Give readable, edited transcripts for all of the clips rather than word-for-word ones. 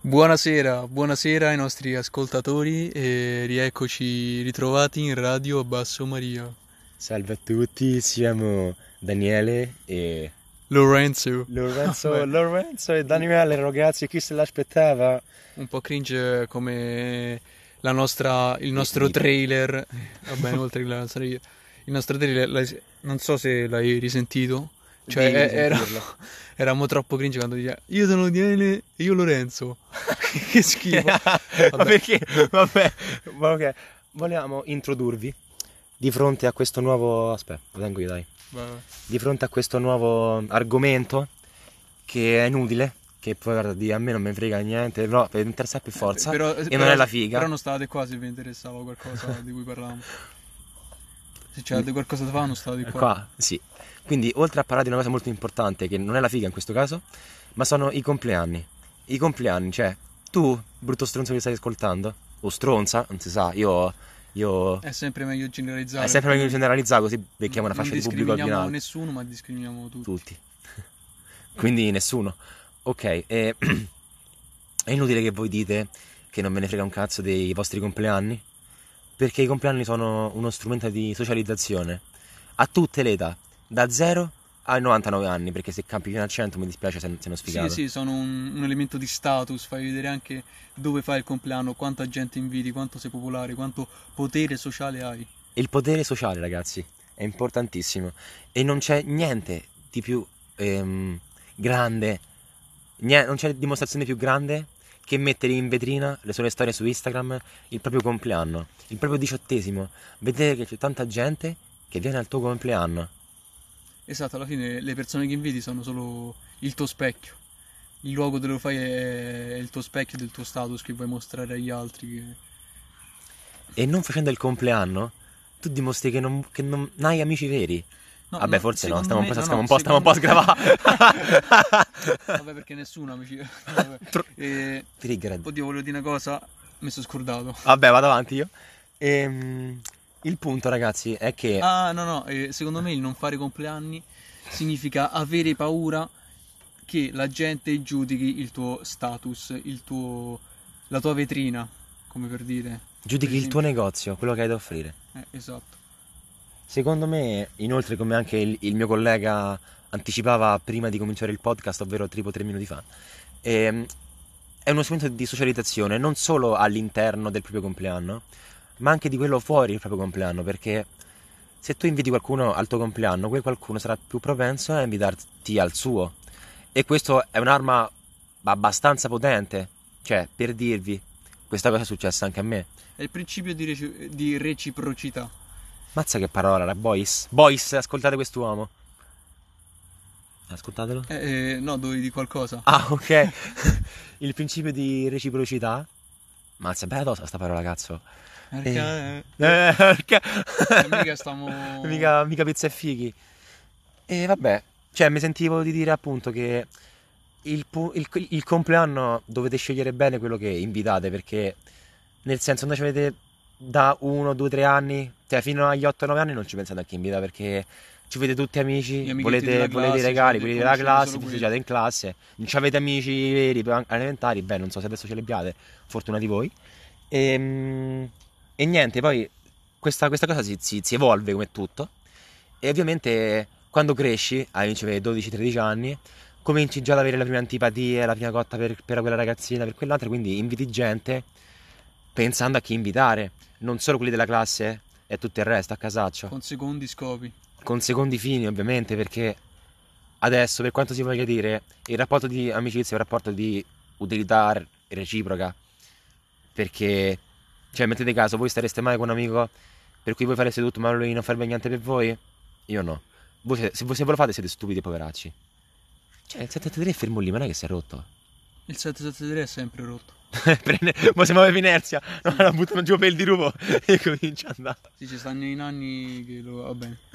Buonasera, buonasera ai nostri ascoltatori e rieccoci ritrovati in radio a Basso Maria. Salve a tutti, siamo Daniele e Lorenzo. Beh, Lorenzo e Daniele, ragazzi, chi se l'aspettava? un po' cringe come il nostro Vita. trailer. Va bene, oltre il nostro trailer, non so se l'hai risentito. Cioè, Devi risentirlo. eravamo troppo cringe quando diceva io sono Daniele e io Lorenzo. Che schifo. Ma Vabbè. perché? Vabbè, ma ok. Vogliamo introdurvi di fronte a questo nuovo... Aspetta, lo tengo io, dai. Vai. Di fronte a questo nuovo argomento che è inutile, che poi guarda, a me non me ne frega niente, no, per interessare per forza, e non è la figa. Però non stavate qua se vi interessava qualcosa di cui parlavamo. Se c'era qualcosa da fare non stavate qua. Qua, sì. Quindi, oltre a parlare di una cosa molto importante, che non è la figa in questo caso, ma sono i compleanni. I compleanni, cioè, tu, brutto stronzo che stai ascoltando, o stronza, non si sa, io... È sempre meglio generalizzare. È sempre meglio generalizzare, così becchiamo una fascia di pubblico al Non discriminiamo finale. nessuno, ma discriminiamo tutti. Tutti. Quindi nessuno. Ok, è inutile che voi dite che non ve ne frega un cazzo dei vostri compleanni, perché i compleanni sono uno strumento di socializzazione a tutte le età, da 0 ai 99 anni, perché se campi fino al 100 mi dispiace se non sfigato. Sì, sono un elemento di status, fai vedere anche dove fai il compleanno, quanta gente inviti, quanto sei popolare, quanto potere sociale hai. Il potere sociale, ragazzi, è importantissimo e non c'è niente di più grande, non c'è dimostrazione più grande che mettere in vetrina le sue storie su Instagram il proprio compleanno, il proprio 18esimo, vedere che c'è tanta gente che viene al tuo compleanno. Esatto, alla fine le persone che inviti sono solo il tuo specchio. Il luogo dove lo fai è il tuo specchio del tuo status che vuoi mostrare agli altri. E non facendo il compleanno, tu dimostri che non hai amici veri. No, Vabbè, forse no, secondo me, stiamo un po' a sgravare. Vabbè, perché nessuno ha amici. Vabbè. Triggered. Oddio, volevo dire una cosa, mi sono scordato. Vabbè, vado avanti io. Il punto, ragazzi, è che Ah, no, secondo me il non fare compleanni significa avere paura che la gente giudichi il tuo status, la tua vetrina, come per dire. giudichi il tuo negozio, quello che hai da offrire. Esatto. Secondo me, inoltre, come anche il mio collega anticipava prima di cominciare il podcast, ovvero tipo 3 minuti fa, è uno strumento di socializzazione non solo all'interno del proprio compleanno, ma anche di quello fuori il proprio compleanno, perché se tu inviti qualcuno al tuo compleanno, quel qualcuno sarà più propenso a invitarti al suo. E questo è un'arma abbastanza potente, cioè, per dirvi, questa cosa è successa anche a me. È il principio di reciprocità. Mazza che parola, la boys. Boys, ascoltate quest'uomo. Ascoltatelo. No, dovevi di qualcosa. Ah, ok. Il principio di reciprocità. Mazza, è bella tosta sta parola, cazzo. Perché? Mica stiamo... mica pizza e fighi. E vabbè, cioè mi sentivo di dire appunto che il compleanno dovete scegliere bene quello che invitate, perché nel senso non ci avete da 1, 2, 3 anni, cioè fino agli 8-9 anni non ci pensate a chi invita, perché ci vedete tutti amici, volete i regali, quelli della classe, festeggiate in classe, non ci avete amici veri elementari, beh non so se adesso ce li abbiate, fortunati voi. E niente, poi questa cosa si evolve come tutto, e ovviamente quando cresci, hai 12-13 anni, cominci già ad avere la prima antipatia, la prima cotta per quella ragazzina, per quell'altra, quindi inviti gente pensando a chi invitare, non solo quelli della classe e tutto il resto a casaccio. Con secondi scopi. Con secondi fini, ovviamente, perché adesso, per quanto si voglia dire, il rapporto di amicizia è un rapporto di utilità reciproca, perché, cioè, mettete caso, voi stareste mai con un amico per cui voi fareste tutto ma lui non farebbe niente per voi? Io no. Voi, se ve lo fate, siete stupidi, poveracci. Cioè, il 773 è fermo lì, ma non è che si è rotto. Il 773 è sempre rotto. Ma si muove per inerzia, no, la buttano giù per il dirupo e comincia ad andare. Sì, ci stanno i nanni che lo... va bene.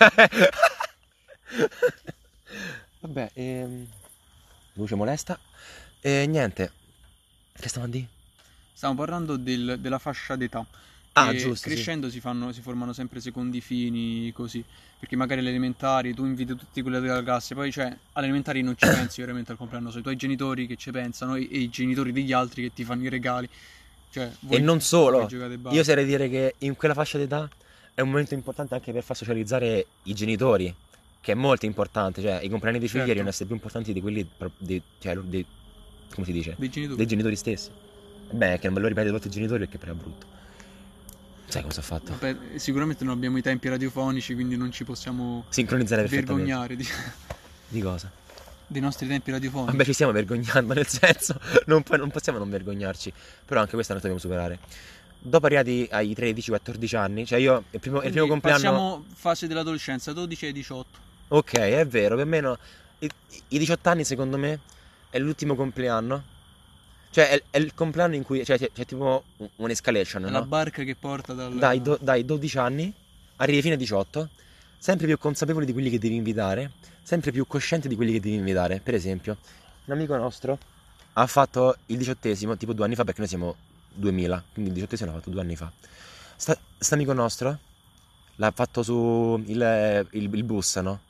Vabbè, voce molesta. E niente, che stiamo a dire? Stiamo parlando della fascia d'età. che giusto, sì. crescendo si formano sempre secondi fini, così. Perché magari alle elementari tu inviti tutti quelli della classe, poi alle elementari non ci pensi veramente al compleanno, sono i tuoi genitori che ci pensano e i genitori degli altri che ti fanno i regali. Cioè, E non solo, giocate e basta. io oserei dire che in quella fascia d'età è un momento importante anche per far socializzare i genitori, che è molto importante, cioè i compleanni dei figli Certo. devono essere più importanti di quelli come si dice? Dei genitori. Dei genitori stessi. Beh, che non me lo ripete tutti i genitori perché poi è brutto. Sai cosa ho fatto? Vabbè, sicuramente non abbiamo i tempi radiofonici, quindi non ci possiamo Sincronizzare perfettamente. vergognare Di cosa? dei nostri tempi radiofonici. Vabbè, ci stiamo vergognando, nel senso, non possiamo non vergognarci, però anche questa noi dobbiamo superare. Dopo arrivati ai 13-14 anni, cioè io il primo compleanno... Passiamo fase dell'adolescenza, 12 ai 18. Ok, è vero, più o meno i 18 anni secondo me è l'ultimo compleanno. Cioè è il compleanno in cui c'è tipo un'escalation, La no? barca che porta Dai 12 anni arrivi fino ai 18, sempre più consapevoli di quelli che devi invitare, sempre più cosciente di quelli che devi invitare. Per esempio, un amico nostro ha fatto il 18esimo tipo 2 anni fa, perché noi siamo 2000, quindi il 18esimo l'ha fatto 2 anni fa. St'amico nostro l'ha fatto su il bus, no?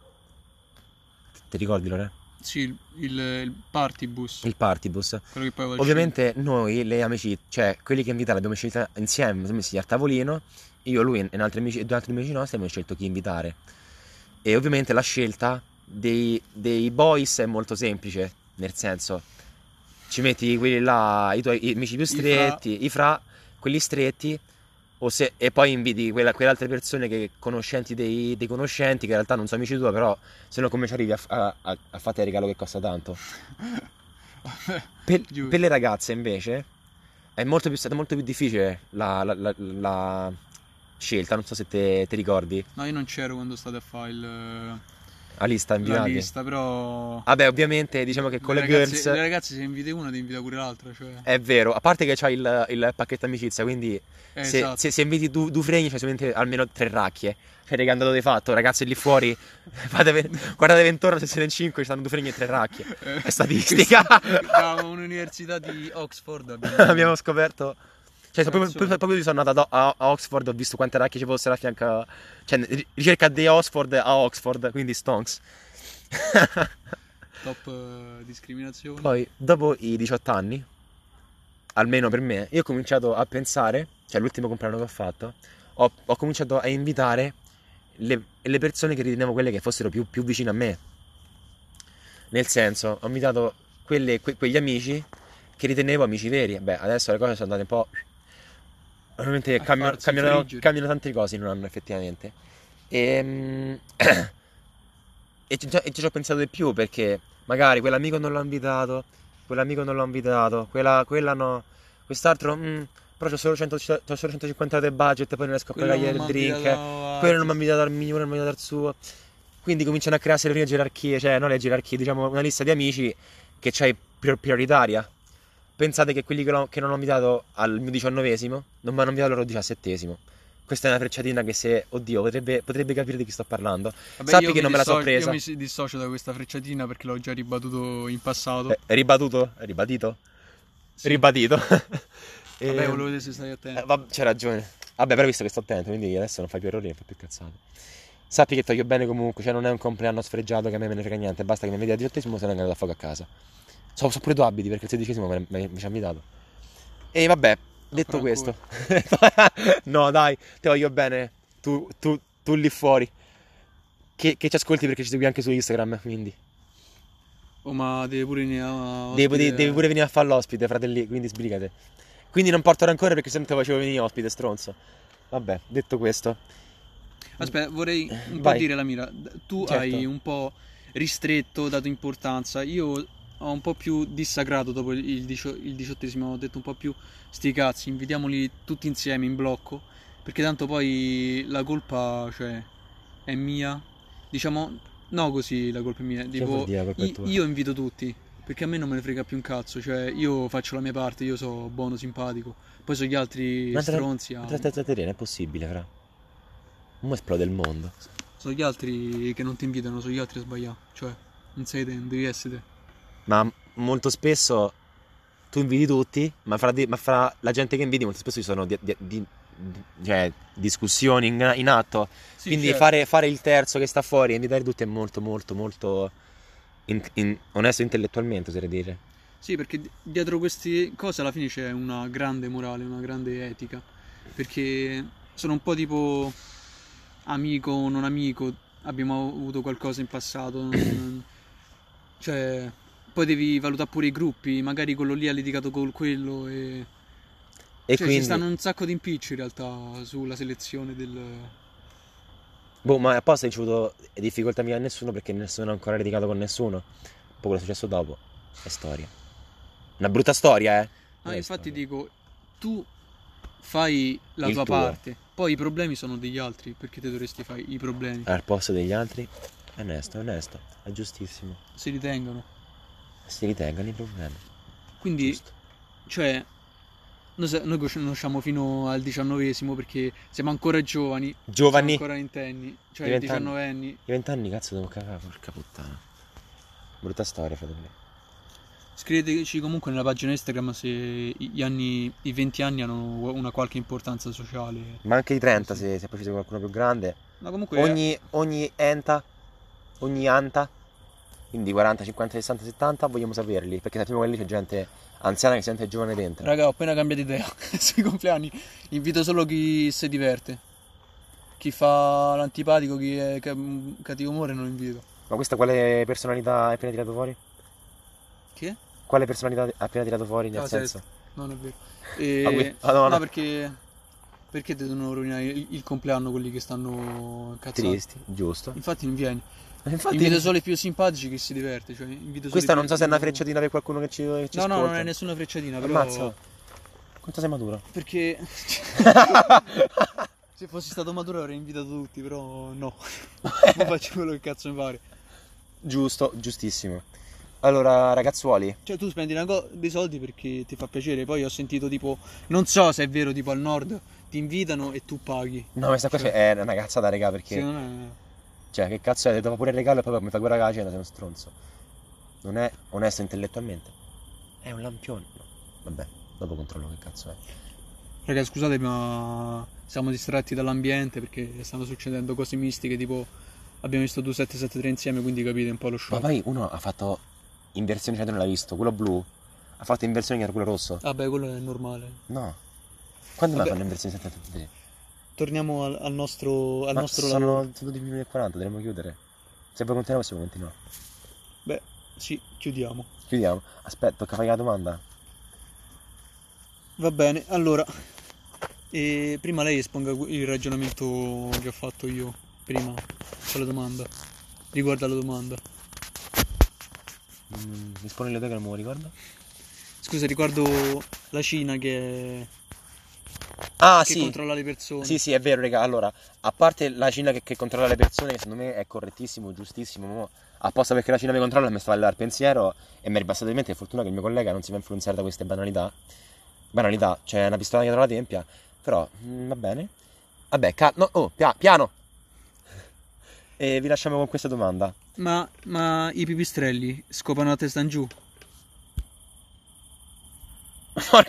Ti ricordi, Lore? Sì, il party bus. Il party bus. Quello che poi va al Ovviamente noi, le amici, cioè quelli che invitare abbiamo scelto insieme, siamo messi al tavolino, io, lui e due altri amici nostri abbiamo scelto chi invitare. E ovviamente la scelta dei boys è molto semplice, nel senso, ci metti quelli là, i tuoi amici più stretti, quelli stretti, e poi inviti quelle altre persone che conoscenti dei conoscenti, che in realtà non sono amici tuoi, però se no come ci arrivi a fare il regalo che costa tanto. Per le ragazze invece è stata molto più difficile la scelta, non so se te ricordi. No, io non c'ero quando state a fare La lista invitati. la lista, però Vabbè, ovviamente diciamo che con le girls... Le ragazze se inviti una ti invita pure l'altra, cioè. È vero, a parte che c'hai il pacchetto amicizia, quindi Esatto. se inviti due fregni c'hai solamente almeno 3 racchie. Cioè, che andato di fatto, ragazzi lì fuori, guardatevi intorno, se siete in 5 ci stanno 2 fregni e 3 racchie. È statistica. Da un'università di Oxford abbiamo scoperto... Cioè, proprio io sono andato a Oxford, ho visto quante racchie ci fossero a fianco... Cioè, ricerca di Oxford a Oxford, quindi stonks. Top discriminazione. Poi, dopo i 18 anni, almeno per me, io ho cominciato a pensare, cioè l'ultimo compleanno che ho fatto, ho cominciato a invitare le persone che ritenevo quelle che fossero più vicine a me. Nel senso, ho invitato quegli amici che ritenevo amici veri. Beh, adesso le cose sono andate un po'... Ovviamente cambiano tante cose in un anno, effettivamente. E ci ho pensato di più, perché magari quell'amico non l'ho invitato, quella no, quest'altro, però c'ho solo 150 euro di budget e poi non riesco a pagare il drink, quello non mi ha invitato al mio, non mi ha invitato al suo. Quindi cominciano a crearsi le prime gerarchie, cioè non le gerarchie, diciamo una lista di amici che c'hai prioritaria. Pensate che quelli che non ho invitato al mio 19esimo non mi hanno invitato al loro 17esimo. Questa è una frecciatina che se, oddio, potrebbe capire di chi sto parlando. Vabbè, sappi che non me la so presa. Io mi dissocio da questa frecciatina perché l'ho già ribattuto in passato. È ribattuto? È ribadito? Sì. Ribadito. Vabbè, volevo vedere se stai attento. C'hai ragione. Vabbè, però visto che sto attento, quindi adesso non fai più errori, non fai più cazzate. Sappi che ti voglio bene comunque, cioè non è un compleanno sfregiato che a me me ne frega niente, basta che mi vedi al 18esimo se ne andato a fuoco a casa. So pure tu abiti perché il 16esimo mi ci ha invitato. E vabbè, detto questo. No, dai, ti voglio bene. Tu lì fuori. Che ci ascolti perché ci segui anche su Instagram, quindi. Oh, ma devi pure venire a Devi pure venire a fare l'ospite, fratelli, quindi sbrigate. Quindi non porto rancore perché sempre facevo venire ospite, stronzo. Vabbè, detto questo. Aspetta, vorrei un po' dire la mia. Tu hai un po' ristretto, dato importanza. Io ho un po' più dissacrato dopo il 18esimo. Ho detto un po' più sti cazzi, invitiamoli tutti insieme in blocco. Perché tanto poi la colpa, cioè, è mia. Diciamo, no così la colpa è mia. Tipo, io invito tutti. Perché a me non me ne frega più un cazzo. Cioè, io faccio la mia parte, io sono buono, simpatico. Poi sono gli altri stronzi. Non è possibile, fra. Come esplode il mondo. Sono gli altri che non ti invitano, sono gli altri a sbagliare. Cioè, non sei te, non devi essere te. Ma molto spesso tu inviti tutti, ma fra la gente che inviti molto spesso ci sono cioè, discussioni in atto. Sì, Quindi certo. fare il terzo che sta fuori e invitare tutti è molto molto molto onesto intellettualmente, oserei dire. Sì, perché dietro queste cose alla fine c'è una grande morale, una grande etica. Perché sono un po' tipo amico o non amico, abbiamo avuto qualcosa in passato. Cioè, poi devi valutare pure i gruppi, magari quello lì ha litigato con quello e... E Cioè, ci quindi, stanno un sacco di impicci in realtà sulla selezione del... boh, ma apposta hai avuto difficoltà mica a nessuno perché nessuno ha ancora litigato con nessuno. Poi quello che è successo dopo è storia. Una brutta storia, eh? Ah, Non è infatti storia. dico, tu fai la Il tua tuo parte, poi i problemi sono degli altri, perché te dovresti fare i problemi, al posto degli altri è onesto, è giustissimo. si ritengono. Si ritengano i problemi. Quindi, Giusto. cioè, noi conosciamo fino al 19esimo perché siamo ancora giovani, siamo Giovanni, ancora intenni, cioè i i 20 anni. 19 anni. I 20 anni, cazzo, devo cagare, porca puttana. Brutta storia, fratello. Scriveteci comunque nella pagina Instagram se i 20 anni hanno una qualche importanza sociale. Ma anche i 30 Sì. se poi ci sia qualcuno più grande. Ma comunque, Ogni anta, quindi 40, 50, 60, 70, vogliamo saperli. Perché sappiamo che lì c'è gente anziana che si sente giovane dentro. raga, ho appena cambiato idea sui compleanni. Invito solo chi si diverte. Chi fa l'antipatico, chi è cattivo umore non invito. Ma questa quale personalità hai appena tirato fuori? Che? Quale personalità hai appena tirato fuori, nel Ah, senso? sesta. Non è vero. Madonna. No, perché devono rovinare il compleanno quelli che stanno incazzati? Tristi, giusto. Infatti non vieni. Infatti, Invito solo i più simpatici che si diverte. Cioè, invito solo questa i non so se è una più... frecciatina per qualcuno che ci No, ascolta. no, non è nessuna frecciatina, però... Ammazza. Quanto sei maturo? Perché... Se fossi stato maturo avrei invitato tutti, però no. Non faccio quello che cazzo mi pare. Giusto, giustissimo. Allora, ragazzuoli, Cioè tu spendi dei soldi perché ti fa piacere, poi ho sentito tipo, non so se è vero, tipo al nord ti invitano e tu paghi. no, questa qua Cioè, è una cazzata, raga, perché, secondo me... cioè, che cazzo è? Dopo pure il regalo e poi mi fa guardare la cena, sei uno stronzo. Non è onesto intellettualmente. È un lampione. No, vabbè, dopo controllo che cazzo è. Raga, scusate, ma siamo distratti dall'ambiente perché stanno succedendo cose mistiche, tipo abbiamo visto 2773 insieme, quindi capite un po' lo Ma shock. poi uno ha fatto inversione, cioè non l'ha visto, quello blu ha fatto inversione che era quello rosso. Vabbè, quello è normale. No. Quando mai Vabbè, fanno inversione 73? torniamo al Ma nostro lavoro. sono 12:40, dovremmo chiudere. Se vuoi continuare possiamo continuare. Beh, sì, chiudiamo. Chiudiamo. Aspetta, tocca fare la domanda. Va bene, allora, prima lei esponga il ragionamento che ho fatto io prima con la domanda. Riguardo alla domanda. Rispondi le tue che non me lo ricordo. Scusa, riguardo la Cina Ah, che sì. controlla le persone. Sì, è vero, raga. Allora, a parte la Cina che controlla le persone, che secondo me è correttissimo, giustissimo, mo, apposta perché la Cina mi controlla mi sta a il pensiero e mi è ribassato di mente, è fortuna che il mio collega non si fa influenzare da queste banalità. Banalità, c'è una pistola dietro la tempia, però va bene. Vabbè, no, piano. E vi lasciamo con questa domanda. Ma i pipistrelli scopano la testa in giù?